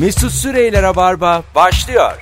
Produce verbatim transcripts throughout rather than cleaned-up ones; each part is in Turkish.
Mesut Süreyler'e Barba başlıyor.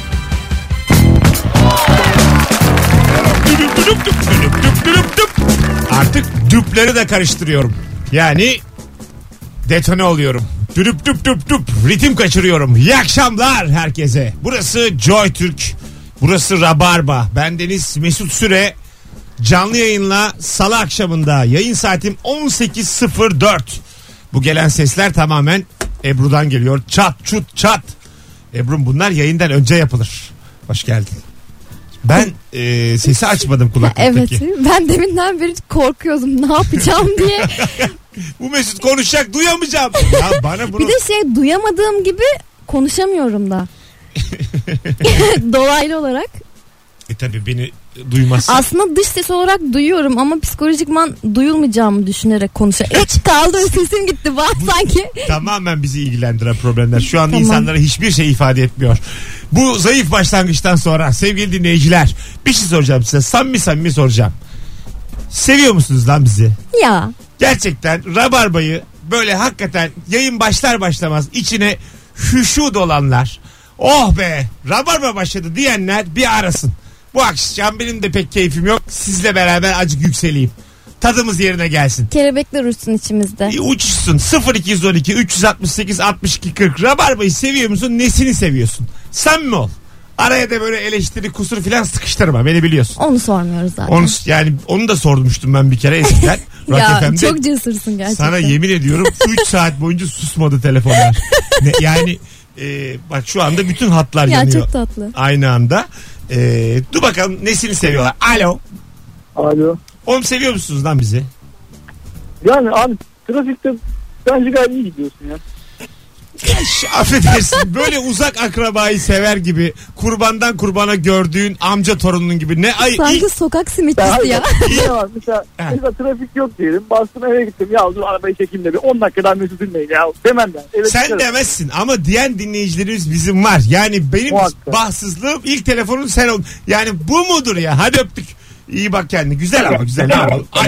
Artık düpleri de karıştırıyorum. Yani detone oluyorum. Düp düp düp düp ritim kaçırıyorum. İyi akşamlar herkese. Burası Joy Türk. Burası Rabarba. Bendeniz Mesut Süre. Canlı yayınla salı akşamında yayın saatim on sekiz sıfır dört. Bu gelen sesler tamamen Ebru'dan geliyor. Çat çut çat. Ebru'm bunlar yayından önce yapılır. Hoş geldin. Ben e, sesi açmadım kulaklıktaki. Evet, ben deminden beri korkuyordum ne yapacağım diye. Bu Mesut konuşacak, duyamayacağım. Ya bana bunu... Bir de şey, duyamadığım gibi konuşamıyorum da. Dolaylı olarak. E tabi beni duymazsın. Aslında dış ses olarak duyuyorum ama psikolojikman duyulmayacağımı düşünerek konuşuyorum. Hiç kaldı, sesim gitti bak sanki. Tamamen bizi ilgilendiren problemler. Şu anda tamam. insanlara hiçbir şey ifade etmiyor. Bu zayıf başlangıçtan sonra sevgili dinleyiciler, bir şey soracağım size. Samimi samimi soracağım. Seviyor musunuz lan bizi? Ya. Gerçekten Rabarba'yı böyle hakikaten yayın başlar başlamaz içine hüşu dolanlar. Oh be, Rabarba başladı diyenler bir arasın. Bu akşam benim de pek keyfim yok. Sizle beraber acık yükseleyim. Tadımız yerine gelsin. Kelebekler uçsun içimizde. E, uçuşsun. sıfır iki on iki üç altı sekiz altmış iki kırk. Rabarba'yı seviyor musun? Nesini seviyorsun? Samimi ol. Araya da böyle eleştiri, kusur filan sıkıştırma. Beni biliyorsun. Onu sormuyoruz zaten. Onu, yani onu da sormuştum ben bir kere eskiden. Ya F M'de çok cesursun gerçekten. Sana yemin ediyorum üç saat boyunca susmadı telefonlar. ne, yani e, bak şu anda bütün hatlar ya yanıyor. Çok tatlı. Aynı anda. E, dur bakalım nesini seviyorlar. Alo. Alo. Oğlum seviyor musunuz lan bizi? Yani abi trafikte bence gayet iyi gidiyorsun ya. Ya şu, affedersin, böyle uzak akrabayı sever gibi kurbandan kurbana gördüğün amca torunun gibi ne ay sanki ilk... sokak simitçisi ya. Ne var mesela, mesela trafik yok diyelim, bastım eve gittim, ya dur arabayı çekeyim de bir on dakikadan Mesut dinleyin ya demem ben. Evet, sen çıkarım. Demezsin ama diyen dinleyicilerimiz bizim var. Yani benim Muhakkak. bahtsızlığım ilk telefonun sen ol. Yani bu mudur ya? Hadi öptük. İyi bak kendine. Güzel ama güzel. Ne yapalım? Alo.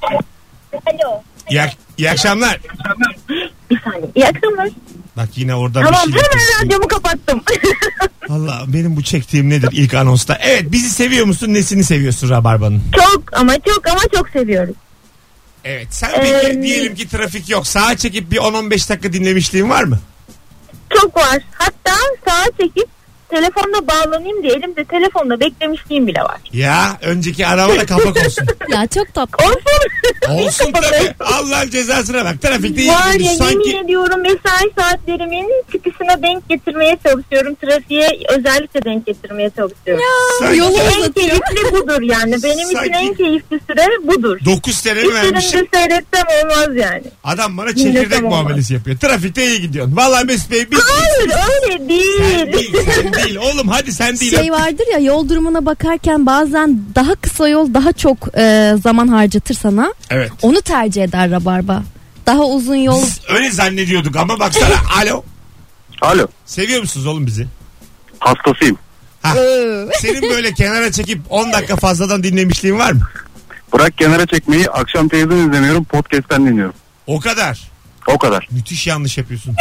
Alo. İyi, iyi akşamlar. Bir saniye. İyi akşamlar. Bak yine orada tamam, bir şey. Tamam hemen radyomu kapattım. Allah, benim bu çektiğim nedir ilk anonsta? Evet, bizi seviyor musun? Nesini seviyorsun Rabarba'nın? Çok ama çok ama çok seviyorum. Evet, sen peki ee, diyelim ki trafik yok. Sağa çekip bir on on beş dakika dinlemişliğin var mı? Çok var. Hatta sağa çekip telefonda bağlanayım diye elimde telefonda beklemişliğim bile var. Ya önceki araba da kapak olsun. Ya çok tatlı. Olsun. Olsun tabii. Allah'ın cezasına bak. Trafikte iyi var ya, sanki... yemin ediyorum mesai saatlerimin çıkışına denk getirmeye çalışıyorum. Trafiğe özellikle denk getirmeye çalışıyorum. Ya sanki... yolu en uzatıyor. keyifli budur yani. Benim sanki... için en keyifli süre budur. dokuz sene mi vermişim? Üstünde seyretsem olmaz yani. Adam bana çekirdek muamelesi yapıyor. Trafikte iyi gidiyorsun. Vallahi Mesut Bey bir... Hayır öyle değil. Sen değil, sen değil. Oğlum hadi sen değil. Şey vardır ya, yol durumuna bakarken bazen daha kısa yol daha çok e, zaman harcatır sana. Evet. Onu tercih eder Rabarba. Daha uzun yol. Biz öyle zannediyorduk ama baksana. Alo. Alo. Seviyor musunuz oğlum bizi? Hastasıyım. Ha. Senin böyle kenara çekip on dakika fazladan dinlemişliğin var mı? Bırak kenara çekmeyi, akşam televizyon izlemiyorum, podcast'ten dinliyorum. O kadar. O kadar. Müthiş yanlış yapıyorsun.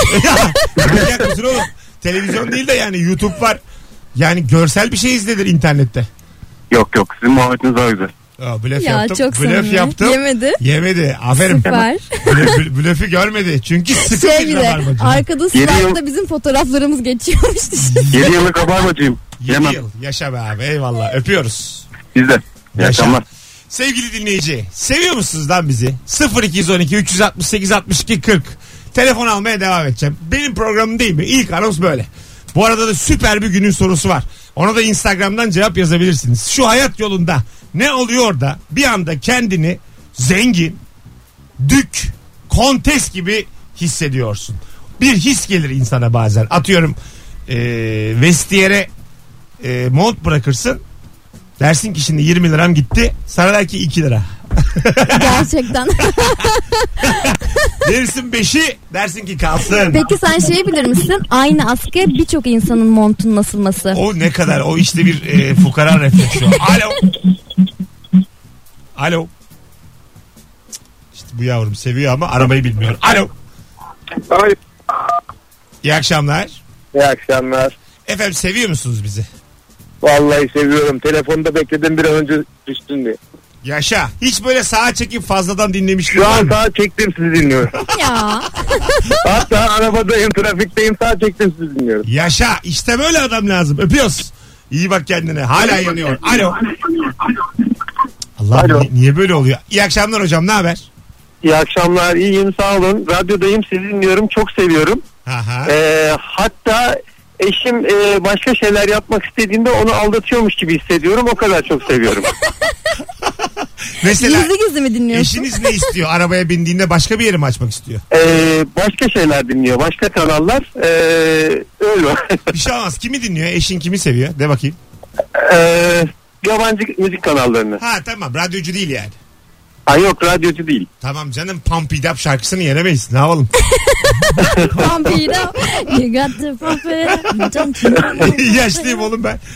Ya kusura oğlum. Televizyon değil de yani YouTube var. Yani görsel bir şey izlenir internette. Yok yok, sizin muhabbetiniz daha güzel. Aa, blöf Ya yaptım. çok Blöf samimi. yaptım. Yemedi. Yemedi. Aferin. Süper. Blöf, blöfü görmedi. Çünkü sıkı Şey bir bile rabarbacı. arkada Yedi slide'da yıl- bizim fotoğraflarımız geçiyormuş. yedi yıllık rabarbacıyım. yedi Yemem. yıl. Yaşa be abi. Eyvallah. Öpüyoruz. Siz de. İyi Yaşa. akşamlar. Sevgili dinleyici, seviyor musunuz lan bizi? sıfır iki on iki üç altı sekiz altmış iki kırk. Telefon almaya devam edeceğim. Benim programım değil mi? İlk anons böyle. Bu arada da süper bir günün sorusu var. Ona da Instagram'dan cevap yazabilirsiniz. Şu hayat yolunda ne oluyor da bir anda kendini zengin, dük, kontes gibi hissediyorsun? Bir his gelir insana bazen. Atıyorum e, vestiyere e, mont bırakırsın. Dersin ki şimdi yirmi liram gitti. Sana der ki iki lira. Gerçekten. Verirsin beşi, dersin ki kalsın. Peki sen şeyi bilir misin? Aynı askıya birçok insanın montunun asılması. O ne kadar? O işte bir e, fukara refleksi. Alo. Alo. İşte bu yavrum seviyor ama arabayı bilmiyor. Alo. Hayır. İyi akşamlar. İyi akşamlar. Efendim seviyor musunuz bizi? Vallahi seviyorum. Telefonda bekledim bir an önce düştün diye. Yaşa. Hiç böyle sağa çekip fazladan dinlemiştim. Şu an sağa çektim sizi dinliyorum. Ya. Hatta arabadayım, trafikteyim, sağa çektim sizi dinliyorum. Yaşa. İşte böyle adam lazım. Öpüyoruz. İyi bak kendine. Hala yanıyor. Alo. Allah Alo. Niye, niye böyle oluyor? İyi akşamlar hocam. Ne haber? İyi akşamlar, iyiyim, sağ olun. Radyodayım, sizi dinliyorum, çok seviyorum. Aha. Ee, hatta eşim e, başka şeyler yapmak istediğinde onu aldatıyormuş gibi hissediyorum. O kadar çok seviyorum. Mesela Gizli gizli mi dinliyorsun? eşiniz ne istiyor? Arabaya bindiğinde başka bir yeri mi açmak istiyor? Ee, başka şeyler dinliyor, başka kanallar. Ee, öyle. Bir şey olmaz. Kimi dinliyor? Eşin kimi seviyor? De bakayım. ee, yabancı müzik kanallarını. Ha tamam. Radyocu değil yani. Ha yok, radyocu değil. Tamam canım. Pump It Up şarkısını yenemeyiz. Ne yapalım? Pump it up. You got to pump it up. Yaşlıyım oğlum ben.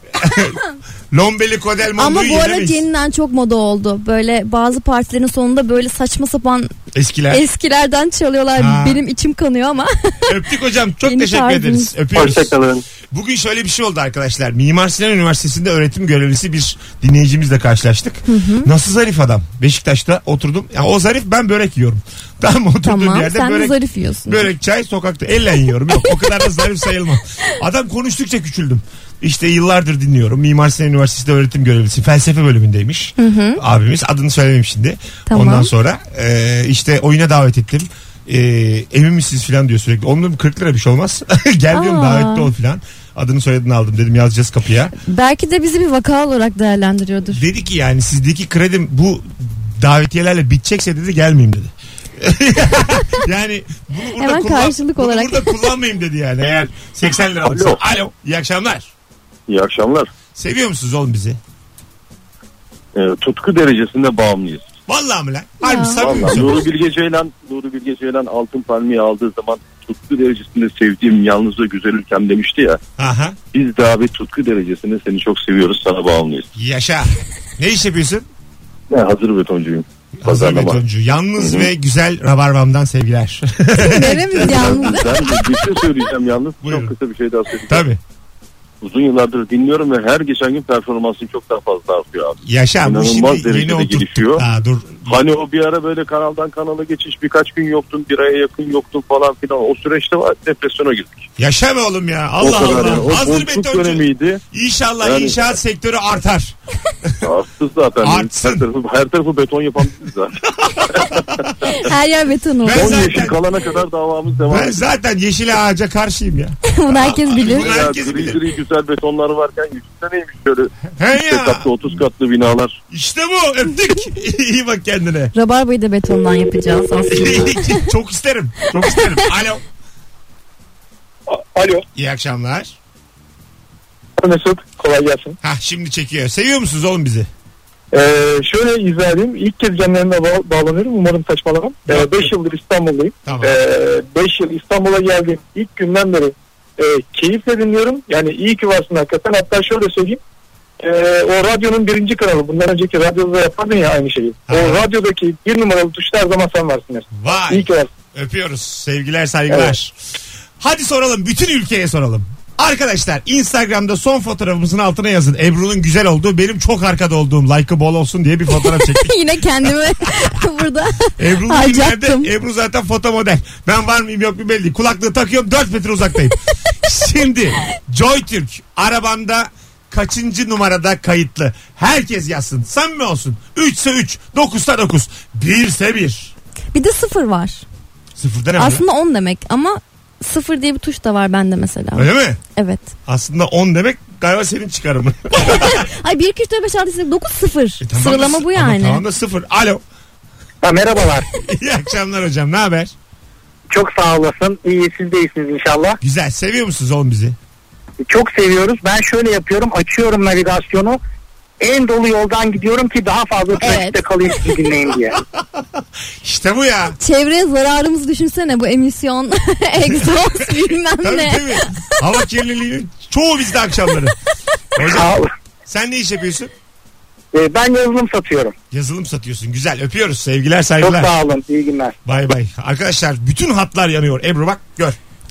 Lombeli Kodel Ama Mondo'yu bu ara yenemeyiz. yeniden çok moda oldu. Böyle bazı partilerin sonunda böyle saçma sapan Eskiler. eskilerden çalıyorlar. Ha. Benim içim kanıyor ama. Öptük hocam. Çok Yeni teşekkür tarzınız. ederiz. Öpüyoruz. Hoşçakalın. Bugün şöyle bir şey oldu arkadaşlar. Mimar Sinan Üniversitesi'nde öğretim görevlisi bir dinleyicimizle karşılaştık. Hı hı. Nasıl zarif adam. Beşiktaş'ta oturdum. Yani o zarif, ben börek yiyorum. Tam oturduğum Tamam, yerde sen de börek, zarif yiyorsun. börek, çay, sokakta elle yiyorum. Yok, o kadar da zarif sayılmam. Adam konuştukça küçüldüm. İşte yıllardır dinliyorum. Mimar Sinan Üniversitesi'nde öğretim görevlisi. Felsefe bölümündeymiş. Hı hı. Abimiz, adını söylemeyeyim şimdi. Tamam. Ondan sonra e, işte oyuna davet ettim. E, emin misiniz falan diyor sürekli. Onun kırk lira bir şey olmaz. Gel diyorum, Aa. davetli ol falan. Adını soyadını aldım, dedim yazacağız kapıya. Belki de bizi bir vaka olarak değerlendiriyordur. Dedi ki yani sizdeki kredim bu davetiyelerle bitecekse dedi gelmeyeyim dedi. Yani bunu burada, Hemen kullan, karşılık bunu olarak. burada kullanmayayım dedi yani. Eğer seksen lira alırsa. Alo. Alo. İyi akşamlar. İyi akşamlar. Seviyor musunuz oğlum bizi? Ee, tutku derecesinde bağımlıyız. Vallahi mi lan? Harbi Ya. samimi Vallahi misin? Nuri Bilge Ceylan, Nuri Bilge Ceylan altın palmiye aldığı zaman tutku derecesinde sevdiğim yalnız ve güzel ülkem demişti ya. Aha. Biz de abi tutku derecesinde seni çok seviyoruz, sana bağımlıyız. Yaşa. Ne iş yapıyorsun? Ben hazır betoncuyum. Hazır Pazarlama. betoncu. Yalnız ve güzel Rabarbam'dan sevgiler. Neremiz yalnız? Ben bir şey söyleyeceğim yalnız. Buyurun. Çok kısa bir şey daha söyleyeceğim. Tabii. Uzun yıllardır dinliyorum ve her geçen gün performansın çok daha fazla artıyor abi. Yaşa. Bu İnanılmaz şimdi yeni derecede oturttuk. gelişiyor. Aa, dur. Hani o bir ara böyle kanaldan kanala geçiş, birkaç gün yoktun, bir aya yakın yoktun falan filan. O süreçte var, depresyona girdik. Yaşa be oğlum ya. O Allah kadar Allah. yani. O Hazır boşluk betoncu. dönemiydi. İnşallah Yani- inşaat sektörü artar. Artsız zaten. Artsın. Her tarafı, her tarafı beton yapan biziz zaten. Her yer beton oldu. Ben on zaten- yeşil kalana kadar davamız devam Ben ediyor. zaten yeşil ağaca karşıyım ya. Bunu herkes bilir. Bunu Ya herkes gri bilir. gri güzel betonlar varken yüzünde neymiş şöyle He yirmi ya. katlı otuz katlı binalar. İşte bu. Öptük. İyi bak kendine. Rabarbayı da betondan yapacağız aslında. Çok isterim. Çok isterim. Alo. Alo. İyi akşamlar. Mesut, kolay gelsin. Hah, şimdi çekiyor. Seviyor musunuz oğlum bizi? Ee, şöyle izah edeyim. İlk kez canlı yayına bağ- bağlanıyorum. Umarım saçmalamam. beş yıldır İstanbul'dayım. Tamam. beş yıl İstanbul'a geldiğim ilk günden beri e, keyifle dinliyorum. Yani iyi ki varsın hakikaten. Hatta şöyle söyleyeyim. E, o radyonun birinci kanalı. Bundan önceki radyoda yapardın ya aynı şeyi. Ha. O radyodaki bir numaralı tuşta her zaman sen varsın. Vay. İyi ki varsın. Öpüyoruz. Sevgiler, saygılar. Hadi soralım. Bütün ülkeye soralım. Arkadaşlar Instagram'da son fotoğrafımızın altına yazın. Ebru'nun güzel olduğu, benim çok arkada olduğum, like'ı bol olsun diye bir fotoğraf çektik. Yine kendimi burada Ebru'nun harcattım. günlerde, Ebru zaten foto model. Ben var mıyım yok mu belli değil. Kulaklığı takıyorum, dört metre uzaktayım. Şimdi JoyTürk arabanda kaçıncı numarada kayıtlı? Herkes yazsın. Samimi olsun. üç ise üç, dokuz ise dokuz, bir ise bir. Bir de sıfır var. Sıfırda ne var? Aslında on demek ama sıfır diye bir tuş da var bende mesela. Öyle mi? Evet. Aslında on demek galiba senin çıkarımın. Ay bir iki üç dört beş altı yedi dokuz sıfır. E tamam da- Sıralama bu yani. Ama tamam da sıfır. Alo. Ha, merhabalar. İyi akşamlar hocam. Ne haber? Çok sağ olasın. İyi, siz de iyisiniz inşallah. Güzel. Seviyor musunuz oğlum bizi? Çok seviyoruz. Ben şöyle yapıyorum. Açıyorum navigasyonu. En dolu yoldan gidiyorum ki daha fazla trafikte Evet. kalayım sizi dinleyin diye. İşte bu ya. Çevreye zararımızı düşünsene, bu emisyon, egzoz bilmem Tabii ne. tabii. Hava kirliliğinin çoğu bizde akşamları. Hocam Sağ olun. sen ne iş yapıyorsun? Ee, Ben yazılım satıyorum. Yazılım satıyorsun. Güzel. Öpüyoruz. Sevgiler, Çok saygılar. sağ olun. İyi günler. Bay bay. Arkadaşlar bütün hatlar yanıyor. Ebru bak gör.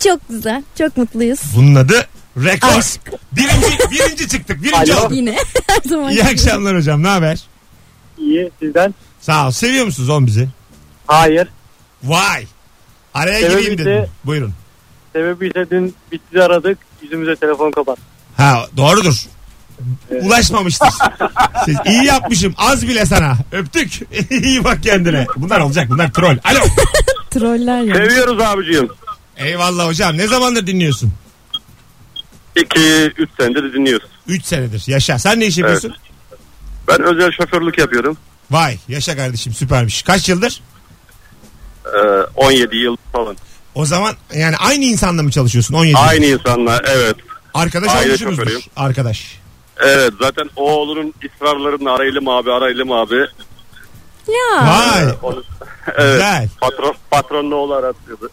Çok güzel. Çok mutluyuz. Bunun adı rekor. Aşk. Birinci, birinci çıktık. Birinci Alo. olduk. Yine. Her zaman. İyi akşamlar hocam. Ne haber? İyi sizden. Sağ ol. Seviyor musunuz oğlum bizi? Hayır. Vay. Araya Sebebi gireyim de- dedim. Buyurun. Sebebi ise dün bitti aradık. Yüzümüze telefon kapat. Ha doğrudur. Evet. Ulaşmamıştır. Siz, iyi yapmışım. Az bile sana. Öptük. İyi bak kendine. Bunlar olacak. Bunlar troll. Alo. Troller ya. Seviyoruz abicim. Eyvallah hocam. Ne zamandır dinliyorsun? iki üç senedir dinliyoruz. üç senedir. Yaşa. Sen ne iş yapıyorsun? Ben özel şoförlük yapıyorum. Vay. Yaşa kardeşim. Süpermiş. Kaç yıldır? Ee, on yedi yıl falan. O zaman yani aynı insanla mı çalışıyorsun? on yedi Aynı insanlar, evet. Arkadaş Aile olmuşsunuzdur. şoförüyüm. Arkadaş. Evet, zaten oğlunun ısrarlarını arayalım abi arayalım abi. Ya. Vay. Onu, evet. Güzel. Patron, patronlu oğlu aratıyordu.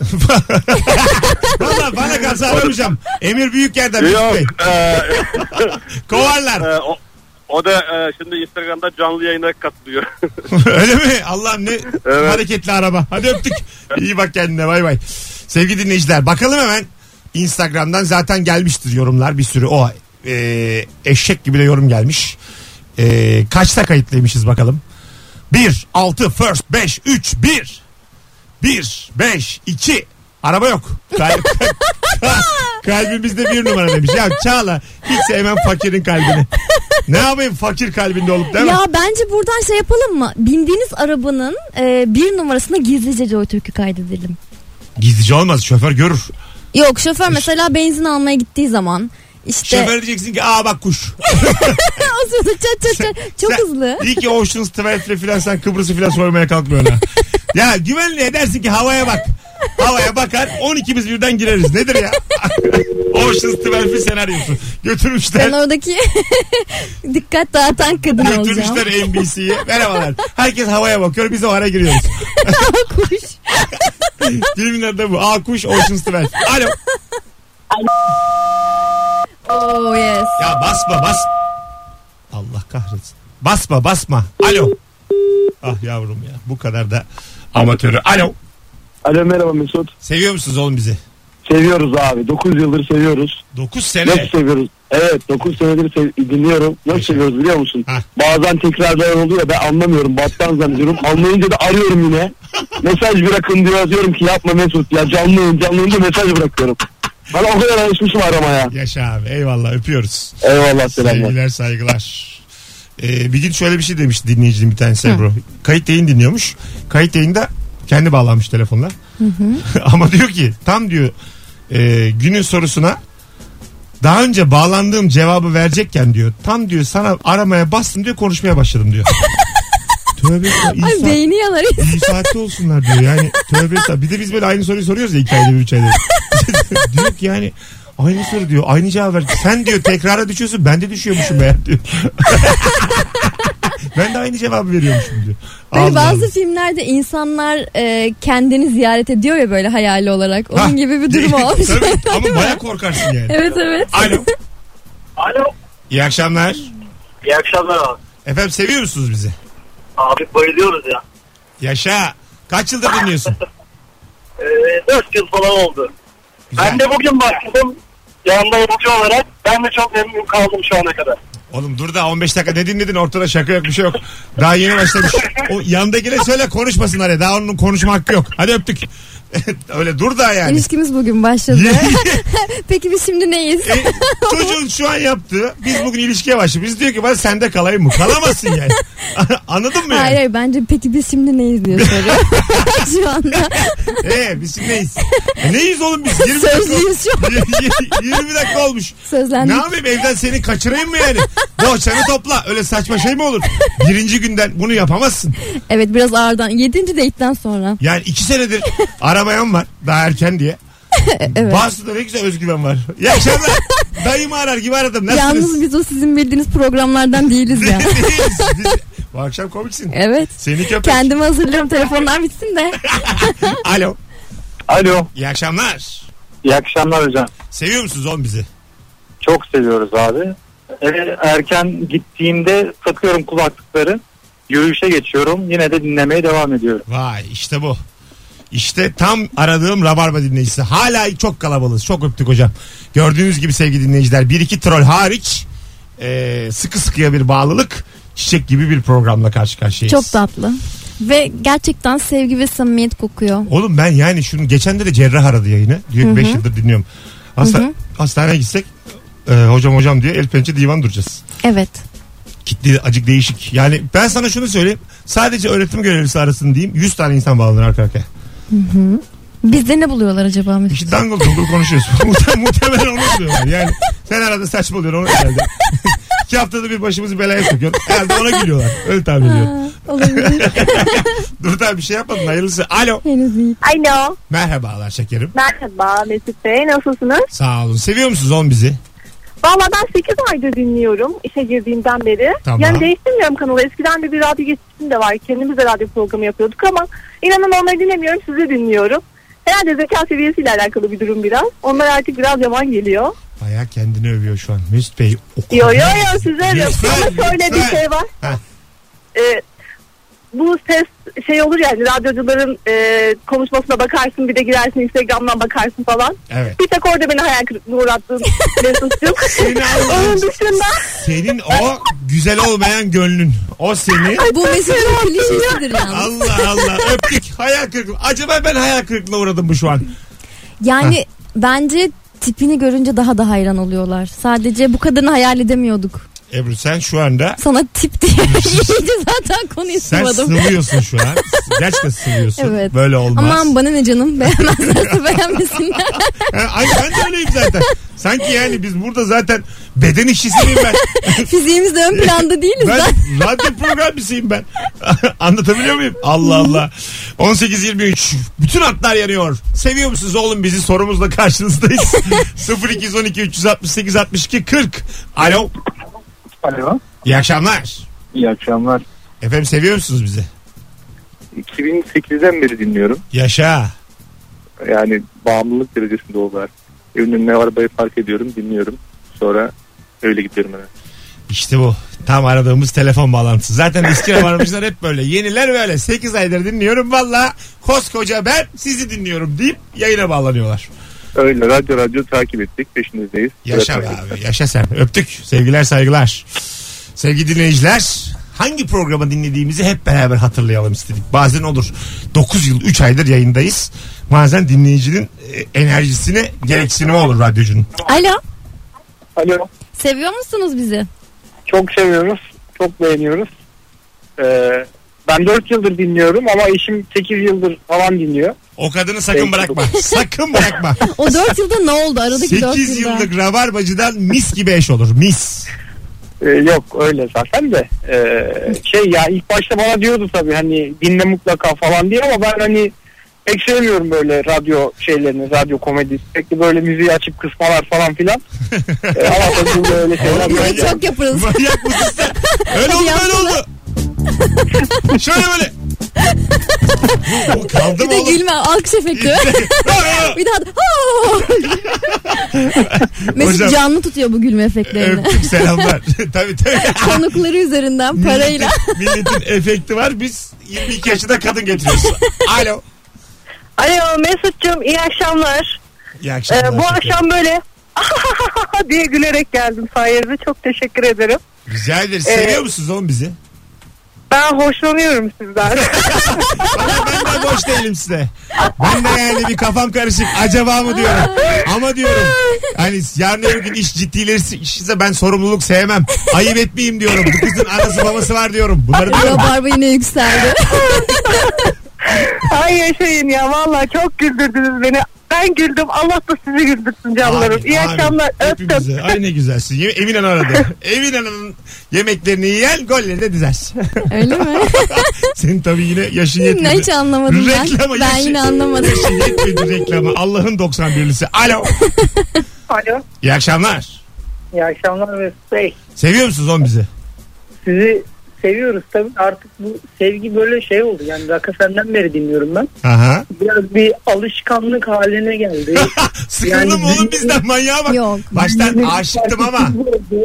Valla bana kalsa aramayacağım. Emir Büyükyer'den Yok. Büyük Bey. E, Kovarlar. e, o, o da e, şimdi Instagram'da canlı yayına katılıyor. Öyle mi? Allah'ım ne Evet. hareketli araba. Hadi öptük. İyi bak kendine, bay bay. Sevgili dinleyiciler, bakalım hemen Instagram'dan zaten gelmiştir yorumlar bir sürü. O e, eşek gibi de yorum gelmiş. E, kaçta kayıtlıymışız bakalım. bir, altı, first, beş, üç, bir. bir, beş, iki. Araba yok. Kal- Kalbimizde bir numara demiş. Ya Çağla, hiç sevmem fakirin kalbini. Ne yapayım fakir kalbinde olup, değil mi? Ya bence buradan şey yapalım mı? Bindiğiniz arabanın e, bir numarasına gizlice JoyTürk'ü kaydedelim. Gizlice olmaz, şoför görür. Yok, şoför mesela benzin almaya gittiği zaman işte Şoför diyeceksin ki aa bak kuş. o sırada çat çat çat çok Sen- hızlı. İyi ki Ocean's Twelve'le filan sen Kıbrıs'ı filan soymaya kalkmıyorsun ha. Ya güvenliğe edersin ki havaya bak. Havaya bakar on ikimiz birden gireriz. Nedir ya? Ocean's Twelve'in senaryosu. Götürmüşler. Ben oradaki dikkat dağıtan kadın olacağım. Götürmüşler N B C'ye. Merhabalar. Herkes havaya bakıyor. Biz o ara giriyoruz. Kuş. Filmlerde bu. Aa kuş Ocean's Twelve. Alo. Oh yes. Ya basma bas. Allah kahretsin. Basma basma. Alo. Ah yavrum ya. Bu kadar da amatörü. Alo. Alo merhaba Mesut. Seviyor musunuz oğlum bizi? Seviyoruz abi. dokuz yıldır seviyoruz. dokuz Nasıl sene. seviyoruz? Evet dokuz senedir sev- dinliyorum. Nasıl Yaşa. seviyoruz biliyor musun? Hah. Bazen tekrarlar oluyor ben anlamıyorum. Battan zannediyorum. Anlayınca da arıyorum yine. Mesaj bırakın diyor. Diyorum ki yapma Mesut ya canlı yayın canlı yayınca mesaj bırakıyorum. Ben o kadar alışmışım aramaya. Yaşa abi. Eyvallah öpüyoruz. Eyvallah selamlar. Sevgiler saygılar. Ee, bir gün şöyle bir şey demişti dinleyicinin bir tanesi Ebru. Kayıt yayın dinliyormuş. Kayıt yayında kendi bağlanmış telefonla. Ama diyor ki tam diyor e, günün sorusuna daha önce bağlandığım cevabı verecekken diyor tam diyor sana aramaya bastım diyor konuşmaya başladım diyor. Tövbe estağfurullah. Ay İyi, beyni yalar. saat, iyi saatte olsunlar diyor yani tövbe estağfurullah. Bir de biz böyle aynı soruyu soruyoruz ya iki ayda bir üç ayda bir. Diyor ki yani aynı soru diyor aynı cevap ver. Sen diyor tekrara düşüyorsun ben de düşüyormuşum be diyor. Ben de aynı cevabı veriyormuşum diyor. Böyle Allah bazı Allah. filmlerde insanlar e, kendini ziyaret ediyor ya böyle hayali olarak. Onun Ha. gibi bir durum olmuş. Tabii, ama Değil mi? baya korkarsın yani. Evet evet. Alo. Alo. İyi akşamlar. İyi akşamlar abi. Efendim seviyor musunuz bizi? Abi bayılıyoruz ya. Yaşa. Kaç yıldır dinliyorsun? Ee, dört yıl falan oldu. Güzel. Ben de bugün başladım. Yanında yapıcı olarak. Ben de çok memnun kaldım şu ana kadar. Oğlum dur da on beş dakika ne dinledin ortada şaka yok bir şey yok. Daha yeni başlamış. O yandakine söyle konuşmasınlar ya. Daha onun konuşma hakkı yok. Hadi öptük. Öyle dur da yani. İlişkimiz bugün başladı. Peki biz şimdi neyiz? E, çocuğun şu an yaptığı biz bugün ilişkiye başladık. Biz diyor ki ben sende kalayım mı? Kalamazsın yani. Anladın mı yani? Hayır hayır bence peki biz şimdi neyiz diye soruyor. Şu anda. Ee, biz şimdi neyiz? E, neyiz oğlum biz? yirmi dakika, Sözlüyüz şu an. yirmi dakika olmuş. Ne Sözlendik. yapayım evden seni kaçırayım mı yani? Boğaçanı topla. Öyle saçma şey mi olur? Birinci günden bunu yapamazsın. Evet biraz ağırdan. Yedinci date'den sonra. Yani iki senedir aramayan var. Daha erken diye. Evet. Bazısında ne güzel özgüven var. İyi akşamlar. Dayımı arar gibi aradım. Nasılsınız? Yalnız biz o sizin bildiğiniz programlardan değiliz ya. Değiliz. Biz- Bu akşam komiksin. Evet. Seni köpek. Kendimi hazırlıyorum telefonlar bitsin de. Alo. Alo. İyi akşamlar. İyi akşamlar hocam. Seviyor musunuz oğlum bizi? Çok seviyoruz abi. Eve erken gittiğimde takıyorum kulaklıkları. Yürüyüşe geçiyorum. Yine de dinlemeye devam ediyorum. Vay işte bu. İşte tam aradığım Rabarba dinleyicisi. Hala çok kalabalığız. Çok öptük hocam. Gördüğünüz gibi sevgili dinleyiciler. Bir iki troll hariç e, sıkı sıkıya bir bağlılık. Çiçek gibi bir programla karşı karşıyayız. Çok tatlı. Ve gerçekten sevgi ve samimiyet kokuyor. Oğlum ben yani şunu geçen de de cerrah aradı yayını. Diyor ki beş yıldır dinliyorum. Hasta, hastaneye gitsek e, hocam hocam diye el pençe divan duracağız. Evet. Kitle acık değişik. Yani ben sana şunu söyleyeyim. Sadece öğretim görevlisi arasın diyeyim. yüz tane insan bağlanır arka arkaya. Hı hı. Bizde ne buluyorlar acaba Mesut? İşte dangıl dangıl konuşuyoruz. Muhtemelen onu buluyorlar. Yani sen arada saçmalıyorsun onu herhalde. İki haftada bir başımızı belaya sokuyorsun. Herhalde ona gülüyorlar. Öyle tahmin ediyorum. Olabilir. Dur tabii bir şey yapmadın. Hayırlısı. Alo. Henüz değil. Alo. Merhabalar şekerim. Merhaba Mesut Bey, nasılsınız? Sağ olun. Seviyor musunuz on bizi? Valla ben sekiz aydır dinliyorum işe girdiğimden beri. Tamam. Yani değiştirmiyorum kanalı. Eskiden de bir radyo geçişim de var. Kendimiz de radyo programı yapıyorduk ama inanın onları dinlemiyorum, sizi dinliyorum. Herhalde zeka seviyesiyle alakalı bir durum biraz. Onlar artık biraz yaman geliyor. Bayağı kendini övüyor şu an. Mesut Bey. Yo yo yo size övüyorum. Ama şöyle bir şey var. Ee, bu ses şey olur yani radyocuların e, konuşmasına bakarsın, bir de girersin Instagram'dan bakarsın falan. Evet. Bir tek orada beni hayal kırıklığına uğrattın Mesut'cum. Onun dışında. Senin o güzel olmayan gönlün. O seni. Bu Mesut'un klişesidir yalnız. Allah Allah öptük. Hayal kırıklığı. Acaba ben hayal kırıklığına uğradım mı şu an? Yani Heh. bence tipini görünce daha da hayran oluyorlar. Sadece bu kadarını hayal edemiyorduk. Ebru sen şu anda sana tip diye iyice zaten konuyu sen sıvadım. sıvıyorsun şu an. Gerçekten sıvıyorsun. Evet. Böyle olmaz. Aman bana ne canım, beğenmezlerse beğenmesinler. Yani, ay ben de öyleyim zaten. Sanki yani biz burada zaten beden işçisiyim ben. Fiziğimiz de ön planda değiliz. Ben ben. radyo programcısıyım ben. Anlatabiliyor muyum? Allah Allah. on sekiz yirmi üç bütün hatlar yanıyor. Seviyor musunuz oğlum bizi? Sorumuzla karşınızdayız. sıfır iki on iki üç altı sekiz altmış iki kırk. Alo. Alo. İyi akşamlar. İyi akşamlar. Efendim seviyor musunuz bizi? iki bin sekizden beri dinliyorum. Yaşa. Yani bağımlılık derecesinde oldular. Evin önüne arabayı park ediyorum, dinliyorum. Sonra öyle gidiyorum hemen. İşte bu. Tam aradığımız telefon bağlantısı. Zaten eski rabarmacılar hep böyle. Yeniler böyle. sekiz aydır dinliyorum. Valla koskoca ben sizi dinliyorum deyip yayına bağlanıyorlar. Öyle radyo radyo takip ettik. Peşinizdeyiz. Yaşa be abi. Yaşa sen. Öptük. Sevgiler saygılar. Sevgili dinleyiciler, hangi programı dinlediğimizi hep beraber hatırlayalım istedik. Bazen olur. dokuz yıl üç aydır yayındayız. Bazen dinleyicinin enerjisine gereksinimi olur radyocunun. Alo. Alo. Seviyor musunuz bizi? Çok seviyoruz. Çok beğeniyoruz. Ee, ben dört yıldır dinliyorum ama eşim sekiz yıldır falan dinliyor. O kadını sakın Peki. bırakma. Sakın bırakma. O dört yılda ne oldu? Aradaki dört sekiz yılda. yıllık rabarbacıdan mis gibi eş olur. Mis. Ee, yok öyle zaten de ee, şey ya ilk başta bana diyordu tabii hani dinle mutlaka falan diye ama ben hani pek sevmiyorum böyle radyo şeylerini, radyo komedi, sürekli böyle müziği açıp kısmalar falan filan. ee, ama tabii burada öyle şeyler Biz Manyak- de çok yaparız. Manyak mısın sen? Öyle oldu böyle oldu. Şöyle böyle. Bu kaldı Bir mı de oğlum? gülme, alkış efekti. Bir daha da Mesut Hocam, canlı tutuyor bu gülme efektlerini. öptük selamlar. Tabii tabii. Konukları üzerinden parayla. Milletin, milletin efekti var. Biz yirmi iki yaşında kadın getiriyoruz. Alo. Alo Mesut'cum, iyi akşamlar. İyi akşamlar. Ee, bu şekerim. akşam böyle diye gülerek geldim sayenizde. Çok teşekkür ederim. Rica ederiz. Seviyor Ee, musunuz oğlum bizi? Ben hoşlanıyorum sizden. Valla ben de boş değilim size. Ben de yani bir kafam karışık. Acaba mı diyorum. Ama diyorum. Hani yarın öbür gün iş ciddileşirse ben sorumluluk sevmem. Ayıp etmeyeyim diyorum. Bu kızın anası babası var diyorum. Bunları diyorum. Rabarba yine yükseldi. Ay yaşayın ya, vallahi çok güldürdünüz beni. Ben güldüm, Allah da sizi güldürsün canlarım. Amin, İyi amin. akşamlar, öptüm. Hepimize. Ay ne güzelsin. Yem- Emin Han aradı. Emin Han'ın yemeklerini yiyen golleri de dizersin. Öyle mi? Senin tabii yine yaşın yetmedi. Hiç anlamadım ben. Reklama, Ben yaşı- yine anlamadım. Yaşın yetmedi reklama. Allah'ın doksan birlisi. Alo. Alo. İyi akşamlar. İyi akşamlar Mesut Bey. Seviyor musunuz oğlum bizi? Sizi seviyoruz tabii. Artık bu sevgi böyle şey oldu. Yani Rock F M'den beri dinliyorum ben. Aha. Biraz bir alışkanlık haline geldi. Sıkıldın Yani mı oğlum dinlemek- bizden, manyağa bak. Yok. Baştan aşıktım ama.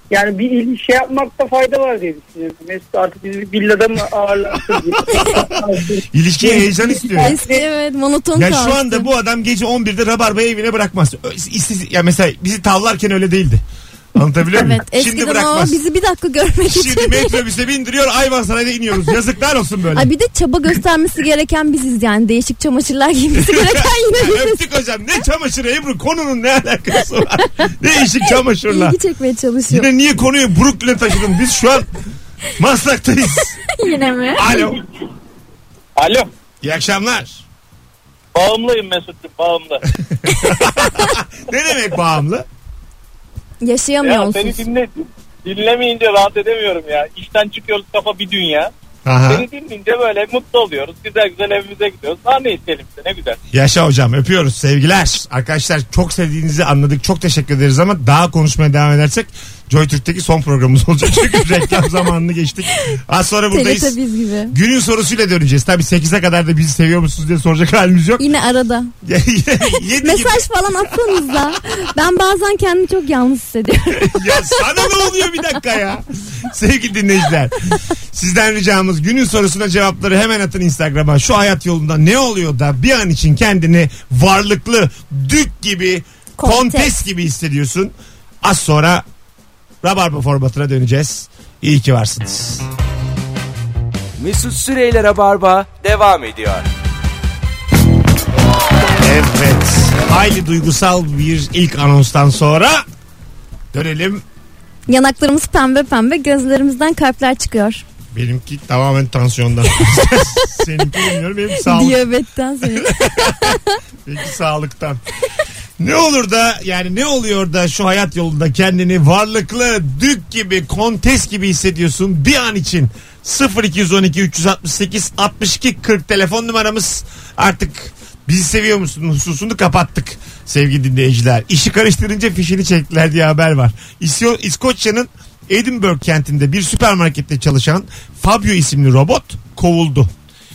Yani bir il şey yapmakta fayda var diye düşünüyorum. Mesut artık bizi bir villada mı ağırlansın diye. İlişkiye heyecan istiyor. Eski evet monoton Ya kaldı. şu anda bu adam gece on birde Rabarba'yı evine bırakmaz. İstis- ya mesela bizi tavlarken öyle değildi. Anlatabiliyor muyum? Evet Şimdi eskiden o bırakmaz. bizi bir dakika görmek için. Şimdi metrobüse bindiriyor, Ayvansaray'da iniyoruz. Yazıklar olsun böyle. Ay bir de çaba göstermesi gereken biziz yani. Değişik çamaşırlar giymesi gereken yine Ya biziz. öptük hocam. Ne çamaşırı Ebru? Konunun ne alakası var? Değişik çamaşırlar. İlgi çekmeye çalışıyor. Yine niye konuyu Brooklyn'e taşıdın? Biz şu an Maslak'tayız. Yine mi? Alo. Alo. İyi akşamlar. Bağımlıyım Mesut'cum, bağımlı. Ne demek bağımlı? Yaşayamıyor Ya musunuz? seni dinle, dinlemeyince rahat edemiyorum ya. İşten çıkıyoruz, kafa bir dünya. Aha. Seni dinleyince böyle mutlu oluyoruz. Güzel güzel evimize gidiyoruz. Daha ne isteyelim size, ne güzel. Yaşa hocam, öpüyoruz, sevgiler. Arkadaşlar çok sevdiğinizi anladık, çok teşekkür ederiz ama daha konuşmaya devam edersek Joy Türk'teki son programımız olacak. Çünkü reklam zamanını geçtik. Az sonra buradayız. Teletabiz gibi. Günün sorusuyla döneceğiz. Tabii sekize kadar da bizi seviyor musunuz diye soracak halimiz yok. Yine arada. Yedi Mesaj falan atsanız da. Ben bazen kendimi çok yalnız hissediyorum. ya sana ne oluyor bir dakika ya. Sevgili dinleyiciler. Sizden ricamız günün sorusuna cevapları hemen atın Instagram'a. Şu hayat yolunda ne oluyor da bir an için kendini varlıklı, dük gibi, Kontes. kontes gibi hissediyorsun. Az sonra Rabarba formatına döneceğiz. İyi ki varsınız. Mesut Süreyler'e barba devam ediyor. Evet. Hayli duygusal bir ilk anonstan sonra dönelim. Yanaklarımız pembe pembe, gözlerimizden kalpler çıkıyor. Benimki tamamen tansiyondan. Seninki bilmiyorum, benim sağlık. Diyabetten senin. Peki sağlıktan. Ne olur da yani ne oluyor da şu hayat yolunda kendini varlıklı, dük gibi, kontes gibi hissediyorsun bir an için. sıfır iki on iki üç altı sekiz altmış iki kırk telefon numaramız. Artık bizi seviyor musun hususunu kapattık sevgili dinleyiciler. İşi karıştırınca fişini çektiler diye haber var. İsyo- İskoçya'nın Edinburgh kentinde bir süpermarkette çalışan Fabio isimli robot kovuldu.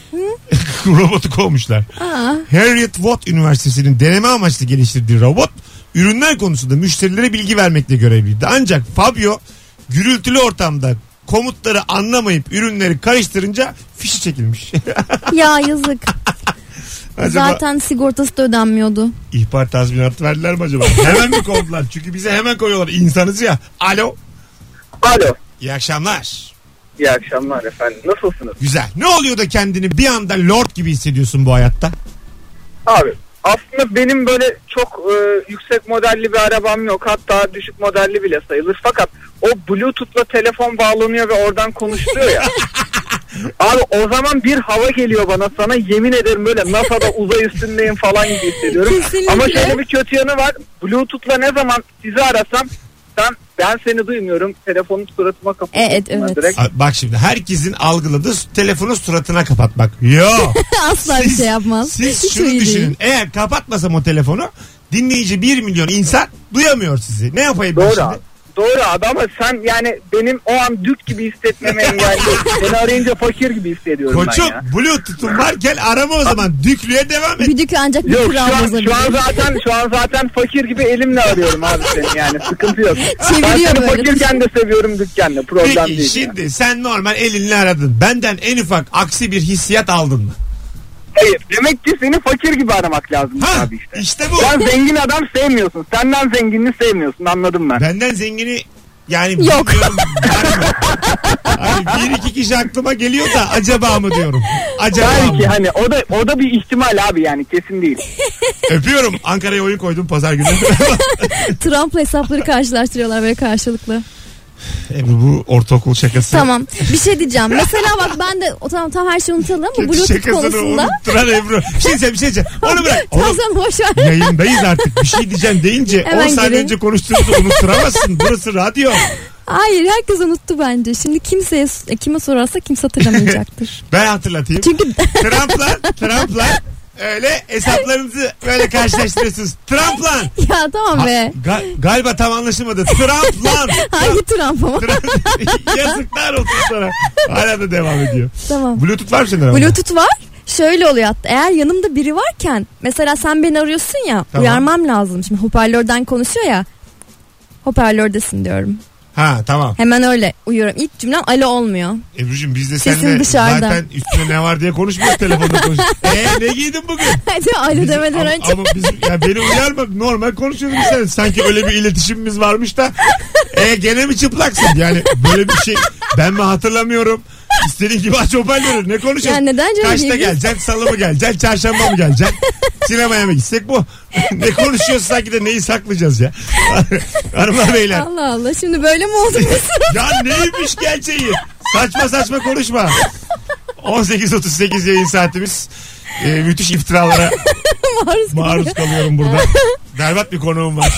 Robotu kovmuşlar. Aa. Harriet Watt Üniversitesi'nin deneme amaçlı geliştirdiği robot ürünler konusunda müşterilere bilgi vermekle görevliydi. Ancak Fabio gürültülü ortamda komutları anlamayıp ürünleri karıştırınca fişi çekilmiş. Ya yazık. Acaba Zaten sigortası da ödenmiyordu. ihbar tazminatı verdiler mi acaba? Hemen mi kovdular? Çünkü bize hemen koyuyorlar. İnsanız ya. Alo. Alo. İyi akşamlar. İyi akşamlar efendim. Nasılsınız? Güzel. Ne oluyor da kendini bir anda lord gibi hissediyorsun bu hayatta? Abi aslında benim böyle çok e, yüksek modelli bir arabam yok. Hatta düşük modelli bile sayılır. Fakat o Bluetooth'la telefon bağlanıyor ve oradan konuşuluyor ya. Abi o zaman bir hava geliyor bana, sana yemin ederim böyle NASA'da uzay üstündeyim falan gibi hissediyorum. Kesinlikle. Ama şöyle bir kötü yanı var. Bluetooth'la ne zaman sizi arasam ben, ben seni duymuyorum. Telefonu suratıma kapatıyorum. Evet, evet. Direkt. Bak şimdi herkesin algıladığı telefonu suratına kapatmak. Yok. Asla bir şey yapmaz. Siz Hiç şunu iyi düşünün. değil. Eğer kapatmasam o telefonu dinleyici bir milyon insan duyamıyor sizi. Ne yapayım ben Doğru şimdi? abi. Doğru abi ama sen yani benim o an dük gibi hissetmemi engelliyorsun. Seni arayınca fakir gibi hissediyorum Koçum ben ya. Bluetooth'un varken arama o zaman. Düklüğe devam et. Büdük ancak bir Yok şu kral an, bozabilir. şu an zaten şu an zaten fakir gibi elimle arıyorum abi seni, yani sıkıntı yok. Ben Çeviriyor seni böyle. fakirken de seviyorum, dükkende problem Peki değil. şimdi yani. sen normal elinle aradın. Benden en ufak aksi bir hissiyat aldın mı? Hayır, demek ki seni fakir gibi aramak lazım Ha abi işte. işte bu. Sen zengin adam sevmiyorsun. Senden zenginini sevmiyorsun, anladım ben. Benden zengini yani Yok. bilmiyorum, var mı? Hani bir iki kişi aklıma geliyor da acaba mı diyorum. Acaba Belki mı? hani o da o da bir ihtimal abi, yani kesin değil. Öpüyorum. Ankara'ya oyun koydum pazar günü. Trump'la hesapları karşılaştırıyorlar böyle karşılıklı. Ebru bu ortaokul şakası. Tamam. Bir şey diyeceğim. Mesela bak ben de o tamam tam her şeyi unutalım ama Kötü Bluetooth şakasını konusunda. unutturan Ebru. Bir şey diyeceğim, bir şey diyeceğim. Onu bırak. Tamam Oğlum, sen boş ver. yayındayız artık. Bir şey diyeceğim deyince Hemen on saniye girin. önce konuştuğumuzu unutturamazsın. Burası radyo. Hayır herkes unuttu bence. Şimdi kimseye kime sorarsa kimse hatırlamayacaktır. Ben hatırlatayım. Çünkü Trump'la Trump'la öyle hesaplarınızı böyle karşılaştırıyorsunuz. Trump'la. ya tamam be. Ga- galiba tam anlaşılmadı. Trump'la. Hangi Trump ama? Trump- Yazıklar olsun sana. Hala da devam ediyor. Tamam. Bluetooth var mı senin arabada? Bluetooth var. Şöyle oluyor hatta eğer yanımda biri varken mesela sen beni arıyorsun ya Tamam. uyarmam lazım. Şimdi hoparlörden konuşuyor ya hoparlördesin diyorum. Ha tamam. Hemen öyle uyuyorum. İlk cümlem alo olmuyor. Ebru'cum biz de Sesin seninle dışarıda. zaten üstüne ne var diye konuşmuyoruz telefonda konuşuyoruz. Eee ne giydin bugün? alo Bizim- demeden ama, önce. ama bizim, ya beni uyarma, normal konuşuyoruz biz seninle. Sanki öyle bir iletişimimiz varmış da e gene mi çıplaksın? Yani böyle bir şey ben mi hatırlamıyorum? İstediğin gibi aç hoparlörü. Ne konuşuyorsun? Ya neden canım? Kaçta geleceksin? Salı mı geleceksin? Çarşamba mı geleceksin? Sinemaya mı gitsek bu? Ne konuşuyoruz sanki de neyi saklayacağız ya? Hanımlar beyler. Allah Allah, şimdi böyle mi oldu? Ya neymiş gerçeği? Saçma saçma konuşma. on sekiz otuz sekiz yayın saatimiz. Ee, müthiş iftiralara Maruz maruz kalıyorum burada. Berbat bir konuğum var.